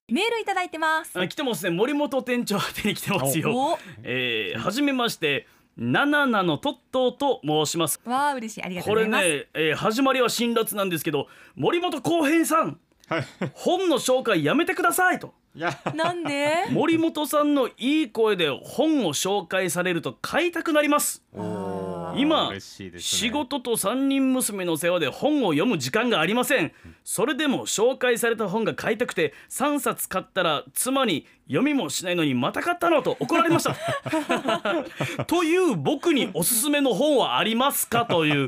メールいただいてます。 来てますね。森本店長宛てに来てますよ。 おはじめまして、ナナナのトットーと申します。 わあ、嬉しい、ありがとうこれございます。 ね、始まりは辛辣なんですけど、森本浩平さん、本の紹介やめてくださいと。 なんで？ 森本さんのいい声で本を紹介されると買いたくなります。今、仕事と三人娘の世話で本を読む時間がありません。それでも紹介された本が買いたくて3冊買ったら妻に読みもしないのにまた買ったのと怒られましたという僕におすすめの本はありますかという。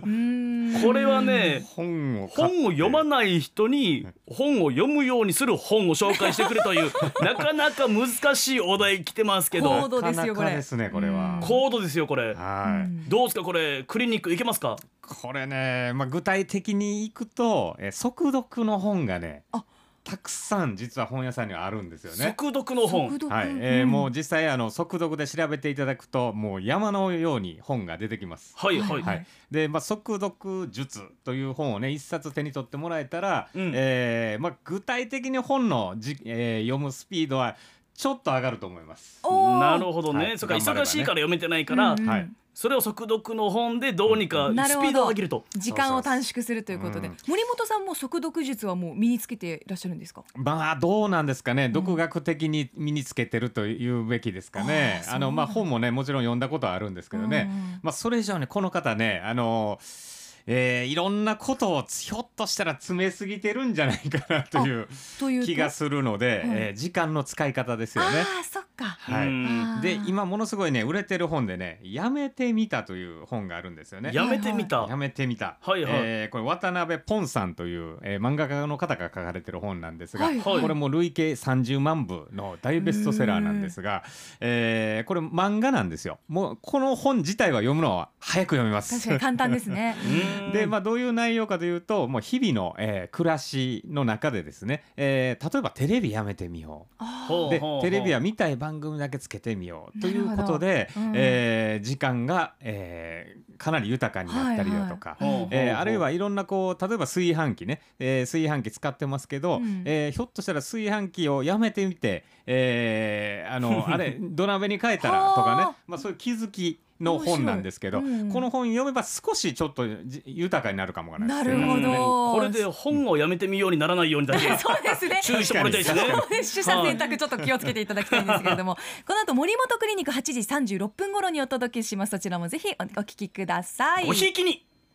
これはね、本を読まない人に本を読むようにする本を紹介してくれというなかなか難しいお題来てますけど、 高度ですよこれ。 高度ですよこれ。どうですかこれ、クリニック行けますか？ これね、具体的にいくと、速読の本がね、たくさん実は本屋さんにはあるんですよね。 速読の本、 もう実際速読で調べていただくともう山のように本が出てきます。で、速読術という本をね一冊手に取ってもらえたら、具体的に本の読むスピードはちょっと上がると思います。 なるほどね。そっか、忙しいから読めてないから、それを速読の本でどうにかスピードを上げると、 時間を短縮するということで、森本さんも速読術はもう身につけていらっしゃるんですか？ どうなんですかね。独学的に身につけてると言うべきですかね。本もねもちろん読んだことはあるんですけどね、それ以上にこの方ねいろんなことをひょっとしたら詰めすぎてるんじゃないかなという気がするので、時間の使い方ですよね。 そっか。 で今ものすごいね売れてる本でね、やめてみたという本があるんですよね。 やめてみた。 これ渡辺ポンさんという漫画家の方が書かれてる本なんですが、これも累計30万部の大ベストセラーなんですが、これ漫画なんですよ。もうこの本自体は読むのは早く読めます。 確かに簡単ですね。 でどういう内容かというと、もう日々の、暮らしの中でですね、例えばテレビやめてみよう、でテレビは見たい番組だけつけてみようということで、時間が、かなり豊かになったりだとか、あるいはいろんな例えば炊飯器ね、炊飯器使ってますけど、ひょっとしたら炊飯器をやめてみて、あれ土鍋に変えたらとかね、そういう気づきの本なんですけど、この本読めば少しちょっと豊かになるかもわからないですね。 なるほど。 これで本をやめてみようにならないようにだけそうですね、 注意してもらいたいですね。 取捨選択ちょっと気をつけていただきたいんですけれども、この後森本クリニック8時36分頃にお届けします。そちらもぜひお聞きください。 ごひいきに。